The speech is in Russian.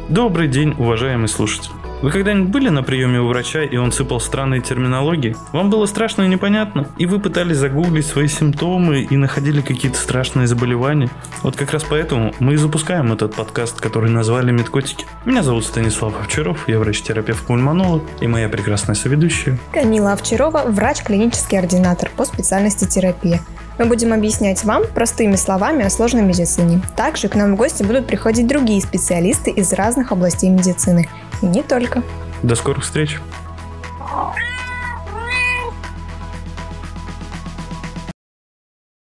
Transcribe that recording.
Добрый день, уважаемый слушатель. Вы когда-нибудь были на приеме у врача, и он сыпал странной терминологией? Вам было страшно и непонятно? И вы пытались загуглить свои симптомы и находили какие-то страшные заболевания? Вот как раз поэтому мы и запускаем этот подкаст, который назвали «Медкотики». Меня зовут Станислав Овчаров, я врач-терапевт-пульмонолог, и моя прекрасная соведущая Камила Овчарова, врач-клинический ординатор по специальности терапия. Мы будем объяснять вам простыми словами о сложной медицине. Также к нам в гости будут приходить другие специалисты из разных областей медицины. И не только. До скорых встреч!